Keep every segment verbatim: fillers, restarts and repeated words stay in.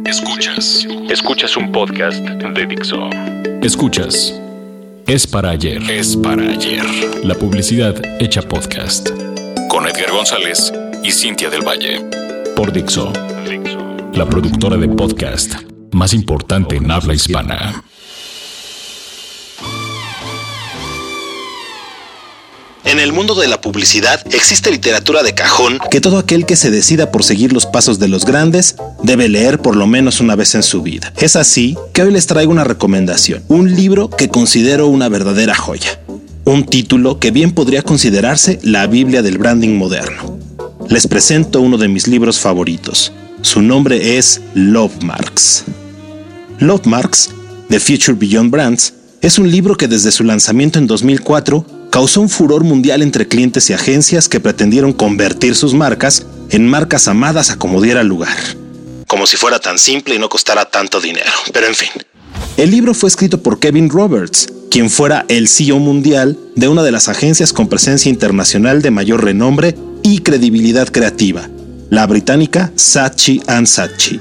Escuchas. Escuchas un podcast de Dixo. Escuchas. Es para ayer. Es para ayer. La publicidad hecha podcast. Con Edgar González y Cintia del Valle. Por Dixo. La productora de podcast más importante en habla hispana. En el mundo de la publicidad existe literatura de cajón que todo aquel que se decida por seguir los pasos de los grandes debe leer por lo menos una vez en su vida. Es así que hoy les traigo una recomendación, un libro que considero una verdadera joya, un título que bien podría considerarse la Biblia del branding moderno. Les presento uno de mis libros favoritos. Su nombre es Love Marks. Love Marks, The Future Beyond Brands, es un libro que desde su lanzamiento en dos mil cuatro causó un furor mundial entre clientes y agencias que pretendieron convertir sus marcas en marcas amadas a como diera lugar. Como si fuera tan simple y no costara tanto dinero, pero en fin. El libro fue escrito por Kevin Roberts, quien fuera el C E O mundial de una de las agencias con presencia internacional de mayor renombre y credibilidad creativa, la británica Saatchi and Saatchi.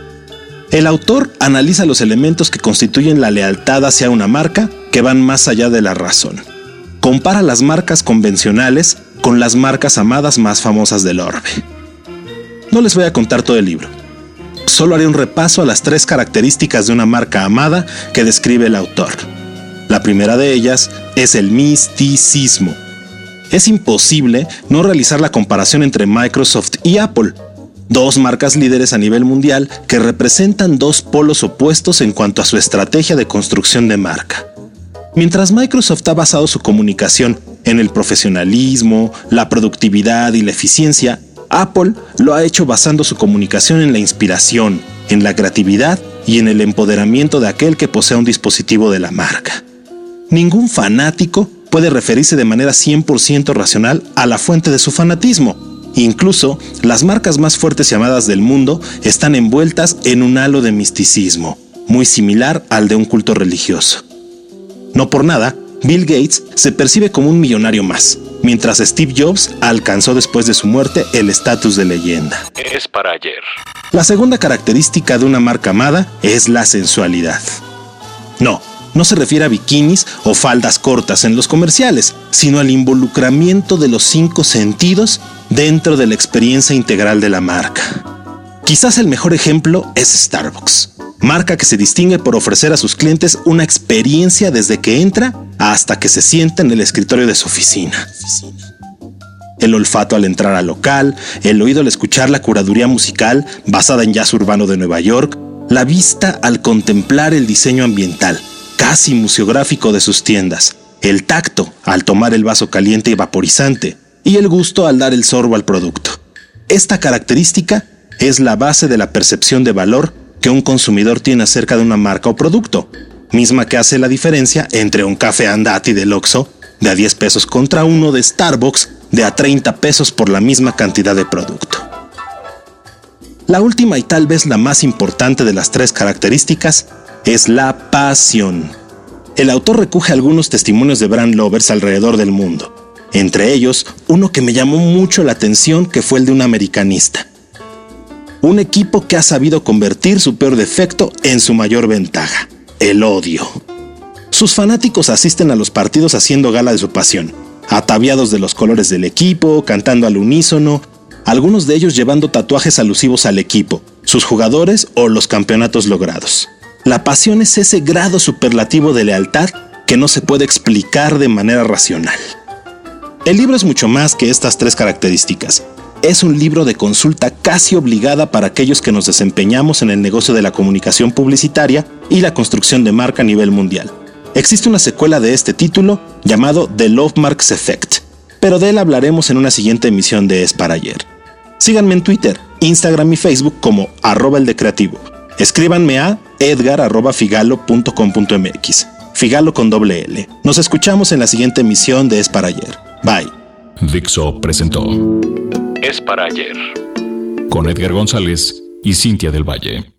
El autor analiza los elementos que constituyen la lealtad hacia una marca que van más allá de la razón. Compara las marcas convencionales con las marcas amadas más famosas del orbe. No les voy a contar todo el libro. Solo haré un repaso a las tres características de una marca amada que describe el autor. La primera de ellas es el misticismo. Es imposible no realizar la comparación entre Microsoft y Apple, dos marcas líderes a nivel mundial que representan dos polos opuestos en cuanto a su estrategia de construcción de marca. Mientras Microsoft ha basado su comunicación en el profesionalismo, la productividad y la eficiencia, Apple lo ha hecho basando su comunicación en la inspiración, en la creatividad y en el empoderamiento de aquel que posea un dispositivo de la marca. Ningún fanático puede referirse de manera cien por ciento racional a la fuente de su fanatismo. Incluso, las marcas más fuertes y amadas del mundo están envueltas en un halo de misticismo, muy similar al de un culto religioso. No por nada, Bill Gates se percibe como un millonario más, mientras Steve Jobs alcanzó después de su muerte el estatus de leyenda. Es para ayer. La segunda característica de una marca amada es la sensualidad. No, no se refiere a bikinis o faldas cortas en los comerciales, sino al involucramiento de los cinco sentidos dentro de la experiencia integral de la marca. Quizás el mejor ejemplo es Starbucks, marca que se distingue por ofrecer a sus clientes una experiencia desde que entra hasta que se sienta en el escritorio de su oficina. El olfato al entrar al local, el oído al escuchar la curaduría musical basada en jazz urbano de Nueva York, la vista al contemplar el diseño ambiental, casi museográfico de sus tiendas, el tacto al tomar el vaso caliente y vaporizante, y el gusto al dar el sorbo al producto. Esta característica es la base de la percepción de valor que un consumidor tiene acerca de una marca o producto, misma que hace la diferencia entre un café Andati del Oxxo de a diez pesos contra uno de Starbucks de a treinta pesos por la misma cantidad de producto. La última y tal vez la más importante de las tres características es la pasión. El autor recoge algunos testimonios de brand lovers alrededor del mundo, entre ellos uno que me llamó mucho la atención, que fue el de un americanista. Un equipo que ha sabido convertir su peor defecto en su mayor ventaja, el odio. Sus fanáticos asisten a los partidos haciendo gala de su pasión, ataviados de los colores del equipo, cantando al unísono, algunos de ellos llevando tatuajes alusivos al equipo, sus jugadores o los campeonatos logrados. La pasión es ese grado superlativo de lealtad que no se puede explicar de manera racional. El libro es mucho más que estas tres características. Es un libro de consulta casi obligada para aquellos que nos desempeñamos en el negocio de la comunicación publicitaria y la construcción de marca a nivel mundial. Existe una secuela de este título llamado The Love Marks Effect, pero de él hablaremos en una siguiente emisión de Es para ayer. Síganme en Twitter, Instagram y Facebook como arroba el de creativo. Escríbanme a edgar arroba figalo punto com punto mx. Figalo con doble L. Nos escuchamos en la siguiente emisión de Es para ayer. Bye. Dixo presentó Es para ayer con Edgar González y Cintia del Valle.